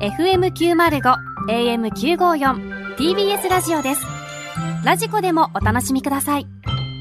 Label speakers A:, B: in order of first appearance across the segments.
A: FM905 AM954 TBS ラジオです。ラジコでもお楽しみください。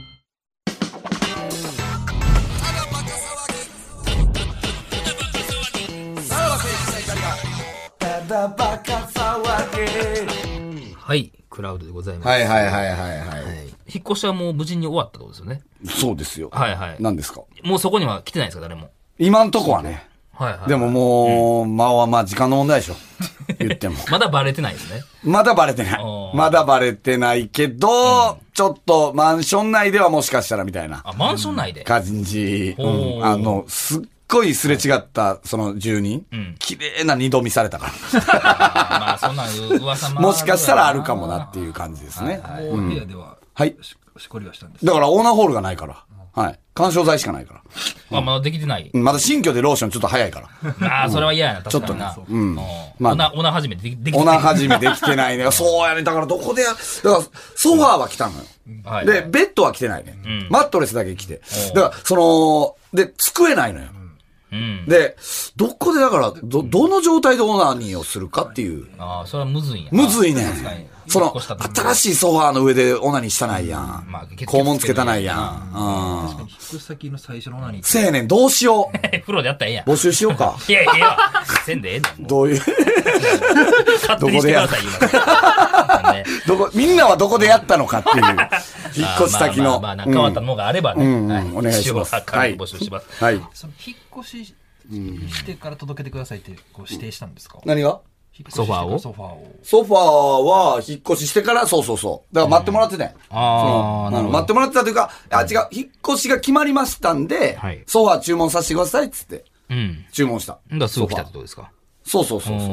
B: はい、クラウドでございます。
C: はいはいはいはいはい。
B: 引っ越しはもう無事に終わったってことですよね。
C: そうですよ。
B: はいはい。
C: 何ですか？
B: もうそこには来てないですか、誰も。
C: 今んとこはね。
B: はいはい。
C: でももう、まあ時間の問題でしょ。言っても。
B: まだバレてないですね。
C: まだバレてない。まだバレてないけど、ちょっとマンション内ではもしかしたらみたいな。
B: あ、マンション内で
C: 感じ。すっごいすれ違った、その住人。綺麗な二度見されたから。
B: まあそんな噂も
C: もしかしたらあるかもなっていう感じですね。
D: もう部屋では、
C: はい。
D: しこりはしたんです。
C: だからオーナーホールがないから。はい。干渉剤しかないから。
B: まだできてない。
C: まだ新居でローションちょっと早いから。
B: ああ、それは嫌やな、確かにな。
C: ちょっとね。
B: まあ、オナ始めできてない。
C: オナ始めできてないね。そうやね。だからどこでだからソファーは来たのよ。で、ベッドは来てないね。マットレスだけ来て。だから、で、机ないのよ。で、どこでだから、どの状態でオナニーをするかっていう。
B: ああ、それはむずいんや。
C: むずいね。新しいソファーの上でオナニーしたないやん。肛門つけたないやん。
D: 確かに、引っ越し先の最初のオナニー。
C: せやねん、どうしよう。
B: 風呂でやったらええやん。
C: 募集しようか。
B: いやいや、せんでええの。
C: どういう。
B: 勝手にしてください、
C: 今。みんなはどこでやったのかっていう。引っ越し先の。
B: まあ、変わったのがあればね。
C: お願いします。
B: はい。募集します。
C: はい。
D: その引っ越ししてから届けてくださいってこう指定したんですか？
C: 何が？
B: ソファーを
C: ソファーは引っ越ししてから、そう。だから待ってもらってね。待ってもらってたというか、違う、引っ越しが決まりましたんで、ソファー注文させてくださいっつって、注文した。
B: すぐ来たってことですか？
C: そう。
D: 確かに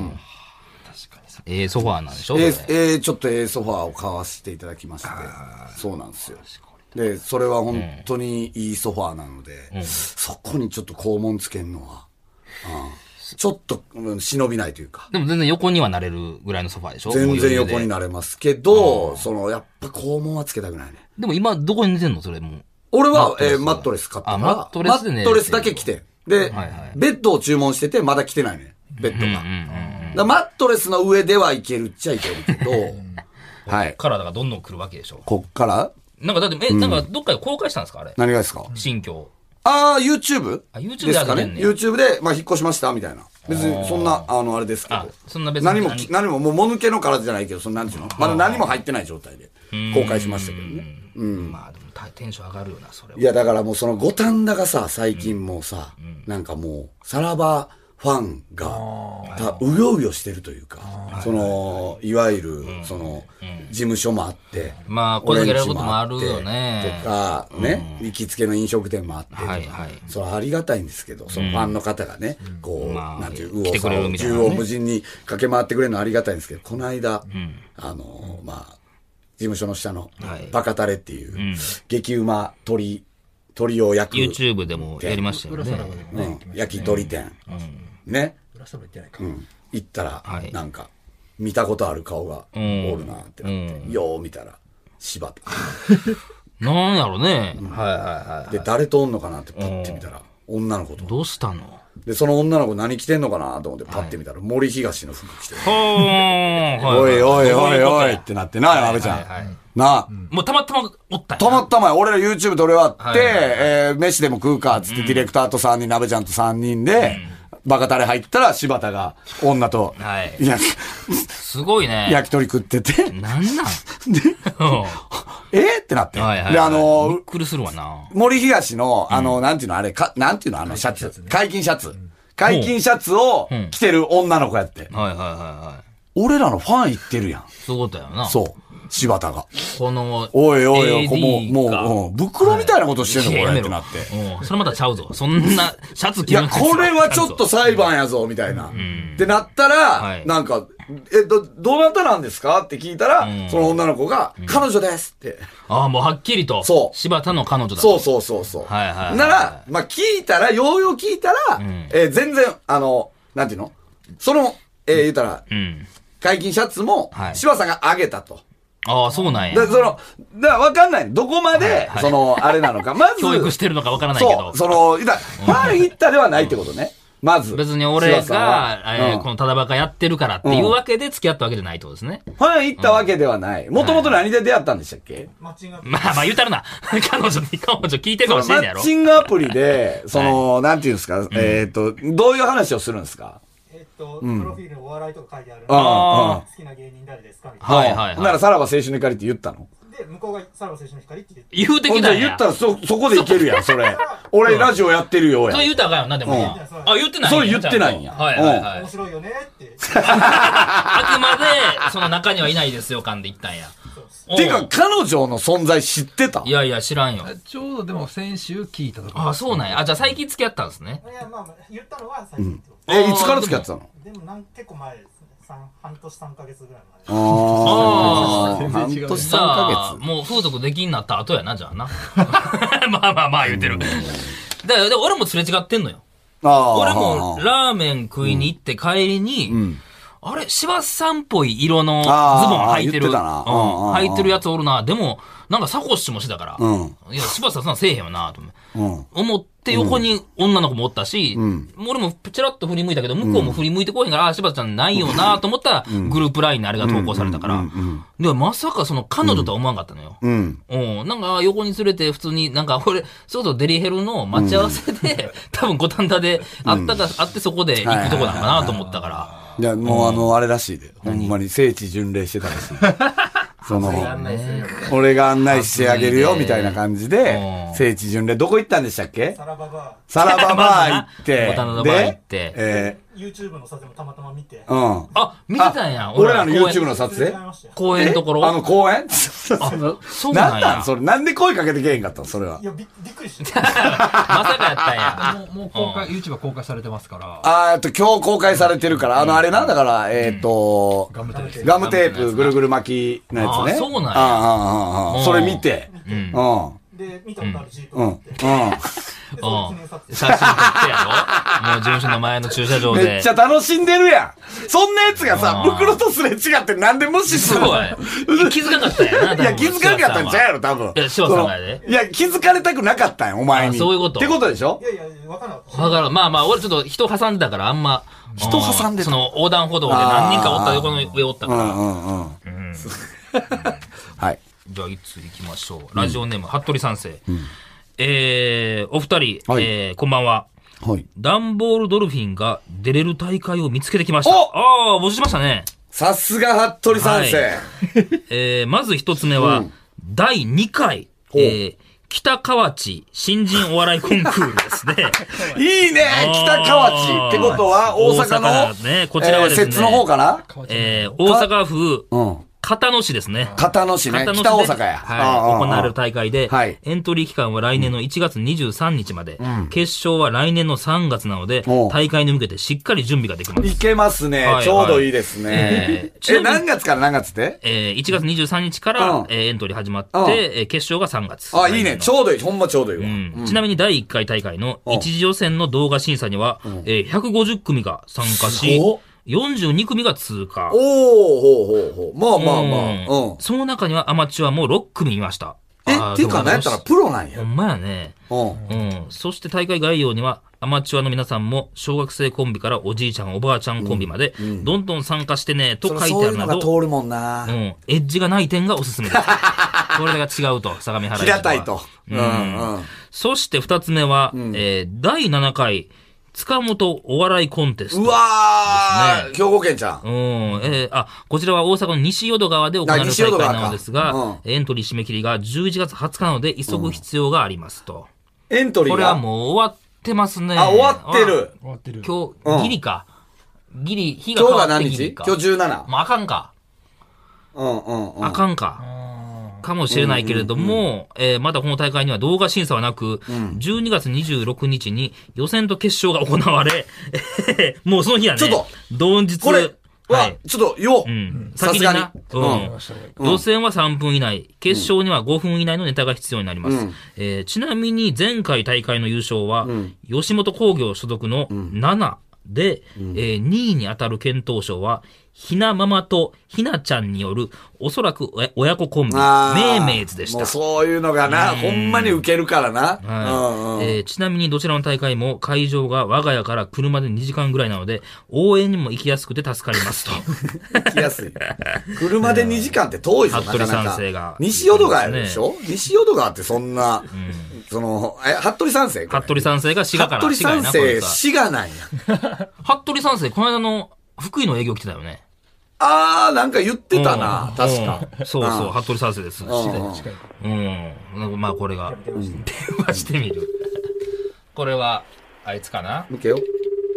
B: ソファーなんでしょ？
C: ちょっとソファーを買わせていただきまして、そうなんですよ。で、それは本当にいいソファーなので、そこにちょっと肛門つけんのは、ちょっと忍びないというか。
B: でも全然横にはなれるぐらいのソファーでしょ？
C: 全然横になれますけど、やっぱ肛門はつけたくないね。
B: でも今どこに寝てんのそれも。
C: 俺はマットレス買ったから、マットレスだけ来て。で、ベッドを注文しててまだ来てないね。ベッドが。マットレスの上ではいけるっちゃいけるけど、
B: はい。体がどんどん来るわけでしょ。
C: こっから
B: なんかだって、なんかどっかで公開したんですかあれ。
C: 何がですか？
B: 新居。
C: YouTube？
B: YouTube
C: ですかね。YouTube で、引っ越しました、みたいな。別に、そんな、あれですけど。
B: そんな別に。
C: 何も、もう、もぬけの体じゃないけど、なんていうの？まだ何も入ってない状態で、公開しましたけどね。
B: まあ、でも、テンション上がるよな、それは。
C: いや、だからもう、その五反田がさ、最近もうさ、なんかもう、さらばファンが、うようよしてるというか、いわゆる、事務所もあって、
B: まあ、声かけられることもあるよね。
C: とか、ね、行きつけの飲食店もあって、それはありがたいんですけど、そのファンの方がね、こう、なんていう、右往縦横無尽に駆け回ってくれるのはありがたいんですけど、この間、まあ、事務所の下の、バカタレっていう、激うま鳥を焼く。
B: YouTube でもやりましたよね。
C: 焼き鳥店。ね。行ったら、なんか、見たことある顔がおるなってなって、よう見たら、柴田。
B: なんやろね。
C: で、誰とおんのかなってパッて見たら、女の子と。
B: どうしたの？
C: で、その女の子何着てんのかなと思ってパッて見たら、森東の服着てる。
B: お
C: いってなってな、阿部ちゃん。なあ。
B: もうたまたまおったんや。
C: たまたま俺ら YouTube 撮り終わって、飯でも食うか、つってディレクターと3人、なべちゃんと3人で、バカタレ入ったら柴田が女と、
B: すごいね。
C: 焼き鳥食ってて。
B: なんなん
C: ってなって。
B: で、びっくりするわな。
C: 森東の、なんていうのあれ、なんていうのシャツ。解禁シャツ。解禁シャツを着てる女の子やって。俺らのファン行ってるやん。
B: そういうことやな。
C: そう。柴田が。
B: この、
C: おい、もう、袋みたいなことしてんのこれってなって。
B: それまたちゃうぞ。そんな、シャツ着る。
C: いや、これはちょっと裁判やぞ、みたいな。ってなったら、なんか、どなたなんですかって聞いたら、その女の子が、彼女ですって。
B: ああ、もうはっきりと。
C: そう。
B: 柴田の彼女だ。
C: そう。なら、まあ、聞いたら、よう聞いたら、全然、なんていうの言うたら、解禁シャツも、柴さんがあげたと。
B: ああ、そうなんや。
C: だから分かんない。どこまで、あれなのか。まず。
B: 教育してるのか分からないけど。
C: ファン行ったではないってことね。 まず。
B: 別に俺が、このただバカやってるからっていうわけで付き合ったわけじゃないってことですね。
C: はい、行ったわけではない。もともと何で出会ったんでしたっけ？
B: まあ言うたるな。彼女聞いてるかもしれんねやろ。
C: マッチングアプリで、なんていうんですか、どういう話をするんですか？
E: プロフィールにお笑いとか書いてある好きな芸人誰ですかみたいな。
C: はい。ならさらば青春の光って言ったの？
E: で、向こうがさらば青春の光って
B: 言うてきたんや。
C: 言ったらそこでいけるやん、それ。俺ラジオやってるよや。
B: それ言うたらあかんよな、でも。言ってない。
C: それ言ってないんや。
E: 面白いよねって。
B: あくまで、その中にはいないですよ感で言ったんや。
C: てか、彼女の存在知ってた？
B: いやいや、知らんよ。
D: ちょうどでも先週聞いたところ。
B: あ、そうなんや。じゃあ最近付き合ったんですね。
E: いや、まあ、言ったのは最近。
C: いつから付き合ってたの？
E: でも結構前ですね。半年3ヶ月ぐらい前。
C: 半年3ヶ月。
B: もう風俗できんなった後やな、じゃあな。まあ言うてる。で、俺もすれ違ってんのよ。俺もラーメン食いに行って帰りに、あれ、柴さんっぽい色のズボン履いてる。履いてるやつおるな。でも、なんかサコッシュもしてたから。いや、柴さんそんなせえへんよな、と思って横に女の子もおったし、俺もチラッと振り向いたけど、向こうも振り向いてこいへんから、柴田ちゃんないよな、と思ったら、グループラインにあれが投稿されたから。で、まさかその彼女とは思わんかったのよ。なんか横に連れて普通になんか、俺、そうそうデリヘルの待ち合わせで、多分五反田で会ってそこで行くとこなんかなと思ったから。
C: いや、もうあれらしいで。ほんまに聖地巡礼してたらしい。俺が案内してあげるよ、みたいな感じで、聖地巡礼。どこ行ったんでしたっけ？サラババー行って。
B: ボタンのバー行って。
E: YouTube の撮影もたまたま見て。
B: あ、見てたんや。
C: 俺らの YouTube の撮影？
B: 公園のところ？
C: 公園？
B: そうなんや。
C: それ、なんで声かけてけへんかったのそれは。
E: いや、びっくりした。
B: まさかやったんや。
D: もう公開、YouTube は公開されてますから。
C: 今日公開されてるから、あれなんだから、ガムテープぐるぐる巻きのやつね。
B: そうなん
C: や。それ見て。
E: で、見たことあるジープがあって。
B: 写真撮ってやろもう事務所の前の駐車場で。
C: めっちゃ楽しんでるやん。そんなやつがさ、袋とすれ違ってなんで無視するの？
B: 気づかなかったんやな。
C: いや、気づかなかったんちゃうやろ、多分。
B: いや、柴さんがやで。
C: いや、気づかれたくなかったんや、お前に。
B: そういうこと。
C: ってことでしょ？
E: いや、わからなかった。
B: だから、まあ、俺ちょっと人挟んでたから、あんま。
C: 人挟んでた？
B: その横断歩道で何人かおった横の上おったから。
C: はい。
B: じゃあ、いつ行きましょう。ラジオネーム、服部三世。お二人、こんばんは。ダンボールドルフィンが出れる大会を見つけてきました。募集しましたね。
C: さすが服部三世。
B: まず一つ目は、第2回、北河内新人お笑いコンクールですね。
C: いいね、北河内ってことは大阪の、
B: ね、こちらはですね、
C: 摂津の方かな？
B: 大阪府、片野市ですね。
C: 片野市ね。北大阪や。
B: 行われる大会で、エントリー期間は来年の1月23日まで、決勝は来年の3月なので、大会に向けてしっかり準備ができます。
C: いけますね。ちょうどいいですね。何月から何月って？
B: 1月23日からエントリー始まって、決勝が3月。
C: いいね。ちょうどいい。ほんまちょうどいい
B: わ。ちなみに第1回大会の一次予選の動画審査には、150組が参加し、42組が通過。まあ。その中にはアマチュアも6組いました。
C: っていうか何やったらプロなんや。
B: ほんまやね。そして大会概要には、アマチュアの皆さんも小学生コンビからおじいちゃんおばあちゃんコンビまで、どんどん参加してね、と書いてあるなど、
C: そういうのが通るもんな。
B: エッジがない点がおすすめです。これが違うと、相模原市は。
C: 平たいと。
B: そして2つ目は、第7回、塚本お笑いコンテスト。
C: うわー、兵庫県ちゃん。
B: こちらは大阪の西淀川で行われる大会なのですが、エントリー締め切りが11月20日なので、急ぐ必要がありますと。
C: エントリーが
B: これはもう終わってますね。
C: 終わってる。
B: 今日、ギリか。ギリ、日が変わってギリか。
C: 今日17。
B: もうあかんか。あかんか。かもしれないけれども、まだこの大会には動画審査はなく、12月26日に予選と決勝が行われ、もうその日はね、
C: ちょっと、
B: 同日、
C: これは、ちょっと、
B: 先にな。予選は3分以内、決勝には5分以内のネタが必要になります。ちなみに前回大会の優勝は、吉本興業所属の7 で、2位に当たる健闘賞は、ひなママとひなちゃんによる、おそらく親子コンビ、メーメイズでした。
C: もうそういうのがな、ほんまにウケるからな。
B: ちなみにどちらの大会も会場が我が家から車で2時間ぐらいなので、応援にも行きやすくて助かりますと。
C: 行きやすい。車で2時間って遠いぞ、
B: 服部三世が。
C: 西淀川でしょ、西淀川ってそんな、服部三世
B: 服部三世が滋賀から。
C: 服部三世、滋賀なんや。
B: 服部三世、この間の福井の営業来てたよね。
C: なんか言ってたな、確か。
B: そうそう、服部三世です。まあこれが、電話してみる。これは、あいつかな？
C: 向けよ。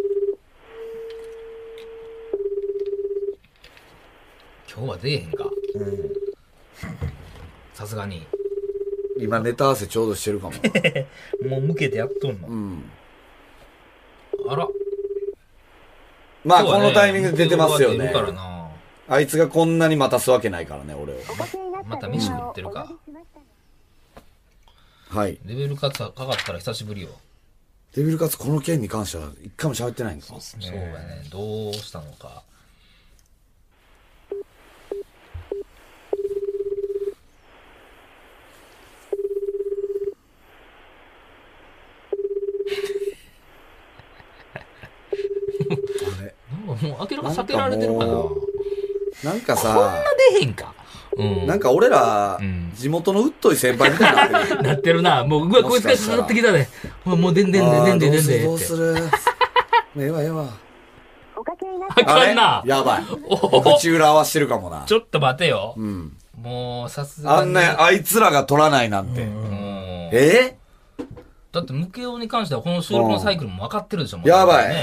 B: 今日は出えへんか。さすがに。
C: 今ネタ合わせちょうどしてるかも。
B: もう向けてやっとんの。あら。
C: まあこのタイミングで出てますよね。あいつがこんなに待たすわけないからね、俺を。
B: また飯食ってるか。
C: はい。
B: レベルカツかかったら久しぶりよ。
C: レベルカツこの件に関しては一回も喋ってないんですか？
B: そうやね。どうしたのか。もう明らかに避けられてるかな。
C: なんかさ、
B: こんな出へんか。
C: なんか俺ら、地元のうっとい先輩みたいになってる。
B: なってるな。もう、うわ、こいつがなってきたね。もう、でんでんで。
C: どうするええわ。
B: あかんな。
C: やばい。口裏合わしてるかもな。
B: ちょっと待てよ。もう、さすがに。
C: あんな、あいつらが取らないなんて。
B: だって、ムケオに関してはこの収録のサイクルも分かってるでしょ、もう。
C: やばい。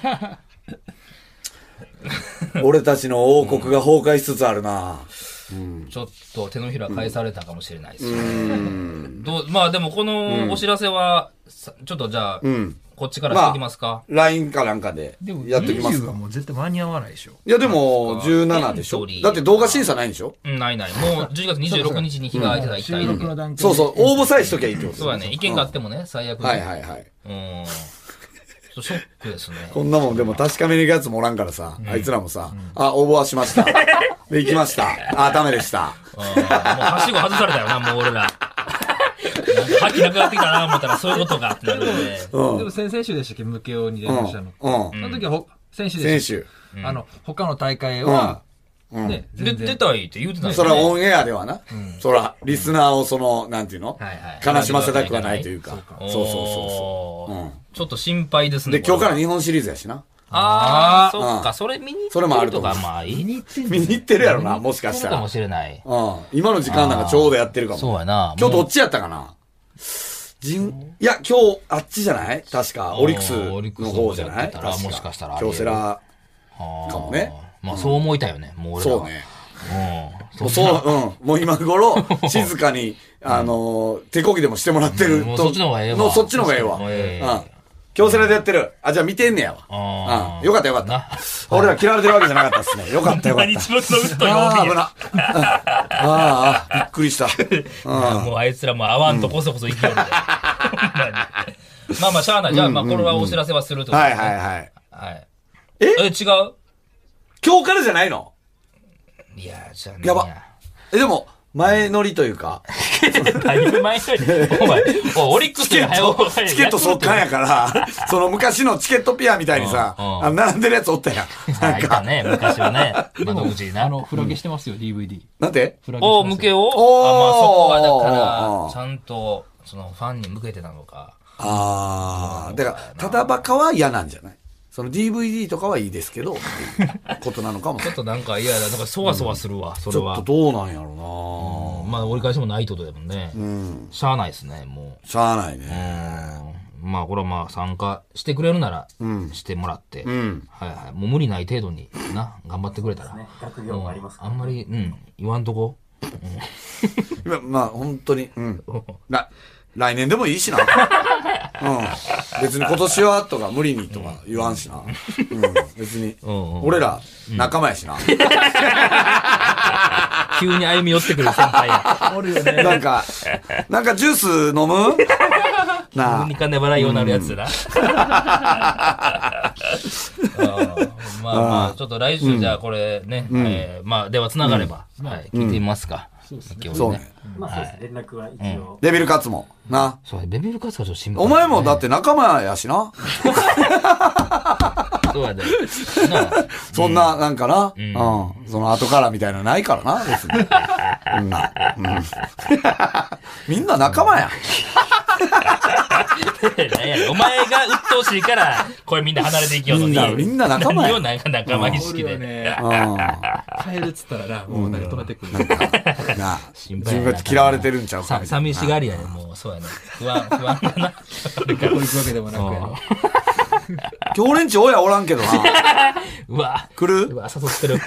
C: 俺たちの王国が崩壊しつつあるな。
B: ちょっと手のひら返されたかもしれないですよ。まあでもこのお知らせは、ちょっとじゃあ、こっちからしておきますか。
C: LINE かなんかでやっておきますか。
D: 20はもう絶対間に合わないでしょ。
C: いやでも、17でしょ。だって動画審査ないんでしょ？
B: ない。もう11月26日に日が空いてたら行きたいだけ。
C: そうそう、応募さえしときゃいいってこと。
B: そうやね。意見があってもね、最悪ね。
C: はい。
B: ショックですね。
C: こんなもんでも確かめに行くやつもおらんからさ、あいつらもさ、応募はしました。で、行きました。ダメでした。
B: もうはしご外されたよな、もう俺ら。覇気なくなってきたな、思ったらそういうことかってなるんで。
D: でも先々週でしたっけ、ムケオに電話したの。その時は先週でした。他の大会は、
B: 出たいって言うてない。
C: それはオンエアではな。そら、リスナーをなんていうの？悲しませたくはないというか。そう。
B: ちょっと心配ですね。
C: で、今日から日本シリーズやしな。
B: そっか、それ見に行ってるとか、まあ、見に
C: 行ってるやろな、もしかしたら。
B: かもしれない。
C: 今の時間なんかちょうどやってるかも。
B: そうやな。
C: 今日どっちやったかな？いや、今日、あっちじゃない確か、オリックスの方じゃない？
B: もしかしたら。
C: 京セラかもね。
B: まあ、そう思いたいよね、もう俺ら。
C: そうね。もう今頃、静かに、手こぎでもしてもらってると。
B: そっちの方がええわ。
C: そっちの方がええわ。京セラでやってる。じゃあ見てんねやわ。よかった。俺ら嫌われてるわけじゃなかったっすね。よかった。危な。びっくりした。
B: もうあいつらも会わんとこそこそ生きよるで。まあ、しゃあない。じゃあ、まあ、これはお知らせはすると。
C: はい。
B: 違う？
C: 今日からじゃないの？
B: いや、じゃあね。
C: やば。でも、前乗りというか。
B: だいぶ前乗り。お前、オリックスの
C: チケット速乾やから、その昔のチケットピアみたいにさ、並んでるやつおったやん。
B: なんかね、昔はね。窓口にな。
D: フラゲしてますよ、DVD。
C: なんで？
B: 向けを？まあそこはだから、ちゃんと、そのファンに向けてなのか。
C: だから、ただバカは嫌なんじゃない？その DVD とかはいいですけど、っていうことなのかも。
B: ちょっとなんか嫌だ。なんかそわそわするわ、それは。
C: ちょっとどうなんやろ
B: な。まあ折り返しもないってことだもんね。しゃあないですね、も
C: う。しゃあないね。
B: まあこれはまあ参加してくれるなら、してもらって。もう無理ない程度にな、頑張ってくれたら。あんまり、言わんとこ。
C: まあ本当に、来年でもいいしな。別に今年はとか無理にとか言わんしな。別に。俺ら仲間やしな。
B: 急に歩み寄ってくる先輩や。
D: おるよね。
C: なんかジュース飲む？
B: なあ。急に金払いようになるやつだな。 まあまあ、ちょっと来週じゃあこれね、まあ電話つながれば、聞いてみますか。
C: そうね。
E: まあそうですね、連絡は一応。
C: デビルカツも、な。
B: そう、デビルカツはちょっと心配。
C: お前もだって仲間やしな。
B: そうやで。
C: そんな、なんかな。その後からみたいなのないからな、別に。みんな仲間や。
B: お前が鬱陶しいから、これみんな離れていきようのに。
C: みんな仲間や。
B: なんか仲間意識で。
D: 帰るっつったらな、もうなんか止めてくる。
C: なあ、自分が嫌われてるんちゃうか。
B: 寂しがりやね、もう、そうやね。不安がな。
D: ここ行くわけでもなくやろ。
C: 今日俺んち親おらんけどな。
B: うわ。
C: 来る？
B: うわ、誘ってる。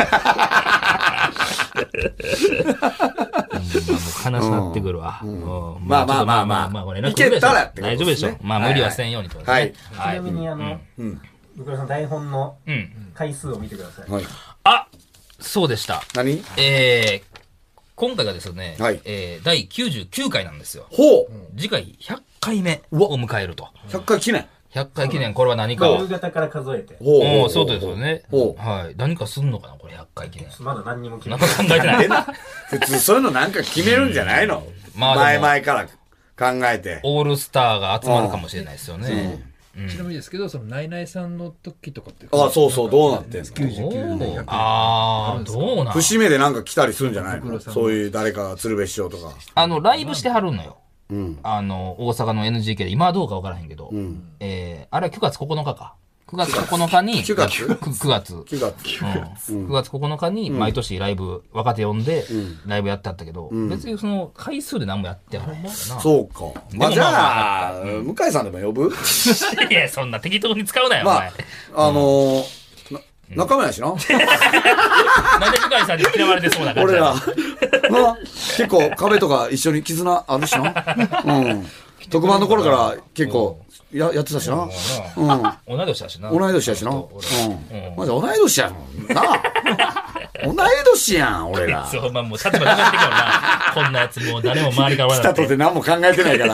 B: 悲しなってくるわ。
C: まあ、いけたらって
B: 大丈夫でしょ。まあ、無理はせんようにってことですね。
E: ちなみにブクロさん台本の回数を見てください。
B: あ、そうでした。
C: 何？
B: 今回がですね、第99回なんですよ。
C: ほう。
B: 次回100回目を迎えると。
C: 100回記念。
B: 100回記念、これは何かを。
E: 夕方から数えて。
B: おお、そうですよね。はい。何かすんのかな、これ100回記念。
E: まだ何にも決め
B: てない。考えてない。
C: 普通そういうのなんか決めるんじゃないの？前々から考えて。
B: オールスターが集まるかもしれないですよね。
D: ちなみにですけど、そのナイナイさんの時とかって。
C: あ、そうそう、どうなってんすか
D: ？99年。
B: ああ、どうなん？
C: 節目でなんか来たりするんじゃないの？そういう誰か鶴瓶師匠とか。
B: ライブしてはるのよ。大阪の NGK で、今はどうか分からへんけど、あれは9月9日か。9月9日に、9月9日に毎年ライブ、若手呼んで、ライブやってあったけど、別にその回数で何もやってはらへんからな。
C: そうか。まあじゃあ、向井さんでも呼ぶ？
B: いや、そんな適当に使うなよ、
C: お前。仲間やしな。
B: なんで向井さんに嫌われてそうな感じ？
C: 俺ら、結構壁とか一緒に絆あるしな。特番の頃から結構やってたしな。
B: 同い年だしな。
C: 同い年やしな。まじ同い年やん。なあ。同い年やん、俺ら。
B: そう、まあもう立場なかったけどな。こんなやつもう誰も周りから笑って。
C: 来たとて何も考えてないから。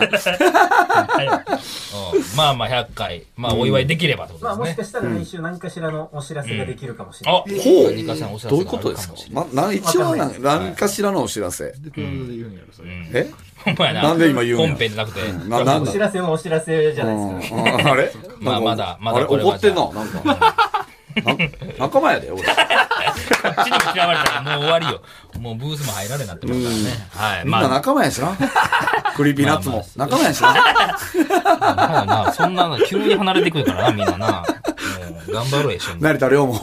B: まあまあ100回、まあお祝いできればってことですね。
E: まあもしかしたら来週何かしらのお知らせができるかもしれない。
C: ほう。どういうことですか？一応何かしらのお知らせ。え？なんで今言うんや？
B: 本編じゃなくて。
E: お知らせもお知らせじゃないですか。
C: あれ？
B: まあまだ
C: 怒ってんの？なんか。仲間やで、俺。
B: こっちにも嫌われたらもう終わりよ。もうブースも入られなってますからね。はい。
C: みんな仲間やしな。クリーピーナッツも仲間やしな。
B: そんなの急に離れてくるからな、みんなな。頑張ろう、一緒に。
C: 成田凌も。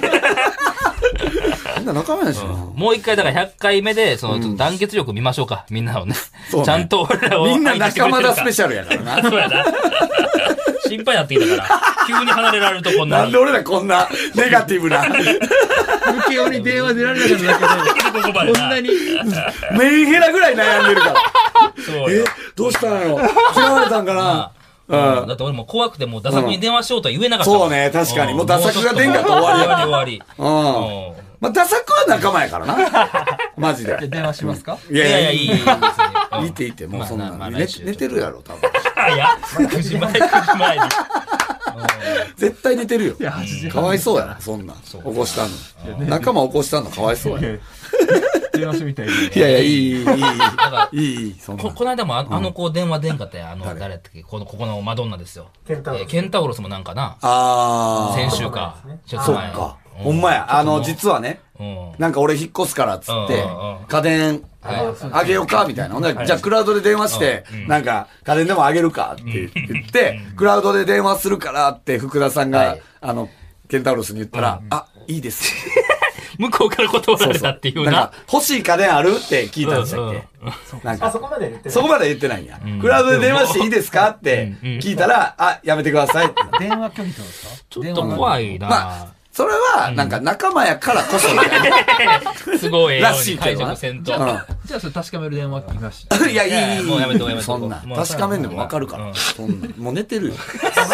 C: みんな仲間やしな。
B: もう一回だから100回目で、その団結力見ましょうか、みんなをね。ちゃんと俺らを。
C: みんな仲間だスペシャルやからな。
B: そうやな。心配になってきたから。急に離れられるとこんな。
C: なんで俺らこんなネガティブな。
D: 無形に電話出られなかっただけで、こんなに。
C: メンヘラぐらい悩んでるから。どうしたのよ。嫌われたんかな。
B: だって俺も怖くてもうダサくに電話しようとは言えなかった。
C: そうね、確かに。もうダサくが出んかったら終わり。まあ、ダサくは仲間やからな。マジで。
D: 電話しますか？
B: いや、いい。
C: いいっていいって、もうそんな。寝てるやろ、多分。
B: いや、9時前に。
C: 絶対寝てるよ。かわいそうやな、そんな。起こしたの。仲間起こしたのかわいそうや。
D: 電話してみたい。
C: いや、いい。
B: この間もあの子電話出んかったよ。誰やったっけ？ここのマドンナですよ。ケンタウロスもなんかな。先週か。ちょっと前。
C: そっか。ほんまや。実はね、なんか俺引っ越すからっつって、家電あげようかみたいな。じゃあクラウドで電話して、なんか家電でもあげるかって言って、クラウドで電話するからって福田さんが、ケンタウロスに言ったら、あ、いいです。
B: 向こうから断られたっていうな。
C: 欲しい家電あるって聞いたんでしたっけ？なんか
E: そこまで言ってない。
C: そこまで言ってないんや。クラウドで電話していいですかって聞いたら、あ、やめてくださいって。
D: 電話拒否ってことですか？
B: ちょっと怖いな。
C: それは、なんか仲間やからこそみたいな。
B: すごいらしい解釈せんと。
D: じゃあそれ確かめる電話来ました。
C: いや、いい。
B: もうやめて、
C: そんな。確かめんでもわかるから。そんな。もう寝てるよ。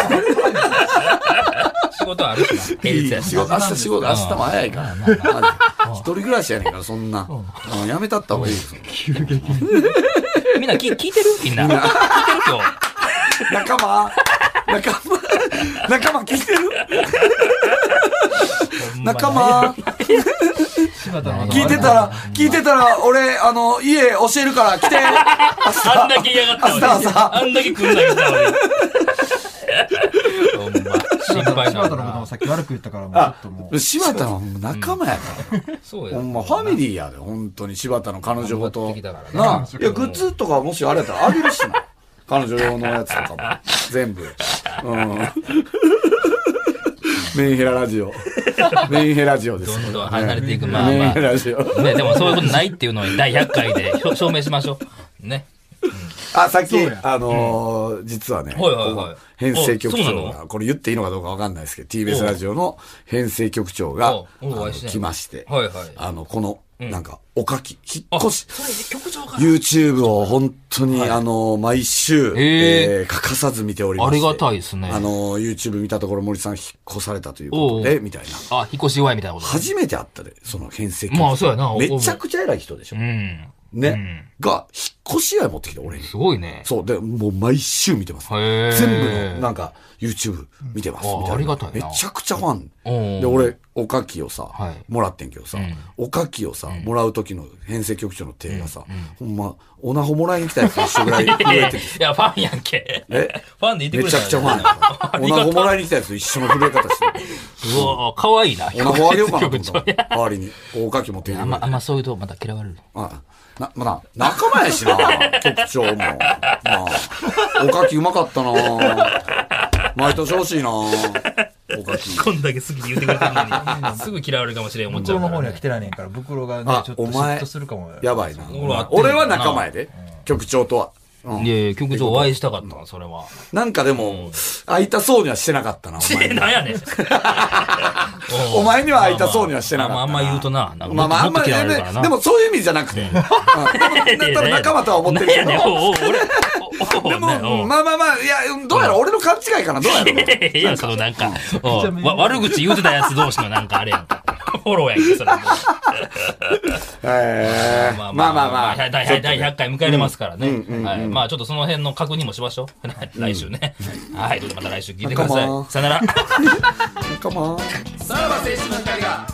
B: 仕事あるしな。
C: いい仕事、明日も早いから。一人暮らしやねんから、そんな。やめたった方がいいよ。
B: みんな聞いてるみんな。聞いてる今日。
C: 仲間仲間聞いてる仲間聞いてたら、俺、家教えるから来て。
B: あんだけ嫌がった
C: 朝。
B: あんだけ来んだけど。ほんま。心配な。
D: 柴田のこともさっき悪く言ったから、もうちょっともう。
C: 柴田は仲間やから。
B: そうや。
C: ほんま、ファミリーやで、本当に柴田の彼女ごと。
B: な
C: あ。いや、グッズとかもしあれやったらあげるしな。彼女用のやつとかも。全部。メンヘララジオ。メンヘラジオです。
B: どんどん離れていく。まあまあ。
C: メンヘラジオ。
B: ね、でもそういうことないっていうのを第100回で証明しましょう。ね。
C: さっき、実はね、編成局長が、これ言っていいのかどうかわかんないですけど、TBS ラジオの編成局長が、来まして、この、なんか、おかき、引っ越し、YouTube を本当に、毎週、欠かさず見ておりまして。
B: ありがたいですね。
C: YouTube 見たところ森さん引っ越されたということで、みたいな。
B: 引っ越し祝いみたいなこと。
C: 初めて会ったで、その編成局
B: 長。まあ、そうやな。
C: めちゃくちゃ偉い人でしょ。ね。が、引っ越し祝い持ってきて、俺に。
B: すごいね。
C: そう。で、もう毎週見てます。全部の、なんか、YouTube 見てます。みたいな。
B: ありがたいな。
C: めちゃくちゃファン。で、俺、おかきをさ、もらってんけどさ、おかきをさ、もらう時の編成局長の手がさ、ほんま、おなほもらいに来たやつと一緒ぐらい震えてる。
B: いや、ファンやんけ。ファンでいてくれ
C: めちゃくちゃファンやから。おなほもらいに来たやつと一緒の震え方してる。
B: うわかわいいな。
C: おなほあげようかなと思った。代わりに。おかき持ってきてくれ
B: あんまそういうとまた嫌われる。
C: まだ、仲間やしな、局長も。まあ、おかきうまかったな毎年欲しいなおかき。
B: こんだけ好きで言ってくれてるのに、すぐ嫌われるかもしれん思っちゃう。
D: 袋の方には来てないねんから、袋がね、ちょっと嫉妬するかも。
C: やばいな。俺は仲間やで、局長とは。
B: いや局長お会いしたかったな、それは。
C: なんかでも、会いたそうにはしてなかったな、お前。
B: なんやねん。
C: お前には会いたそうにはしてなかった。
B: あんま言うとな。
C: まああんまりでもそういう意味じゃなくて。仲間とは思ってるけど。でも、まあ、いや、どうやろ俺の勘違いかな、どうやろ
B: いや、そのなんか、悪口言うてたやつ同士のなんかあれやんか。フォローやんけ、それ。まあ、第100回迎えれますからね。まあ、ちょっとその辺の確認もしましょう。来週ね。はい、また来週聞いてください。さよなら。
C: さらば青春の光が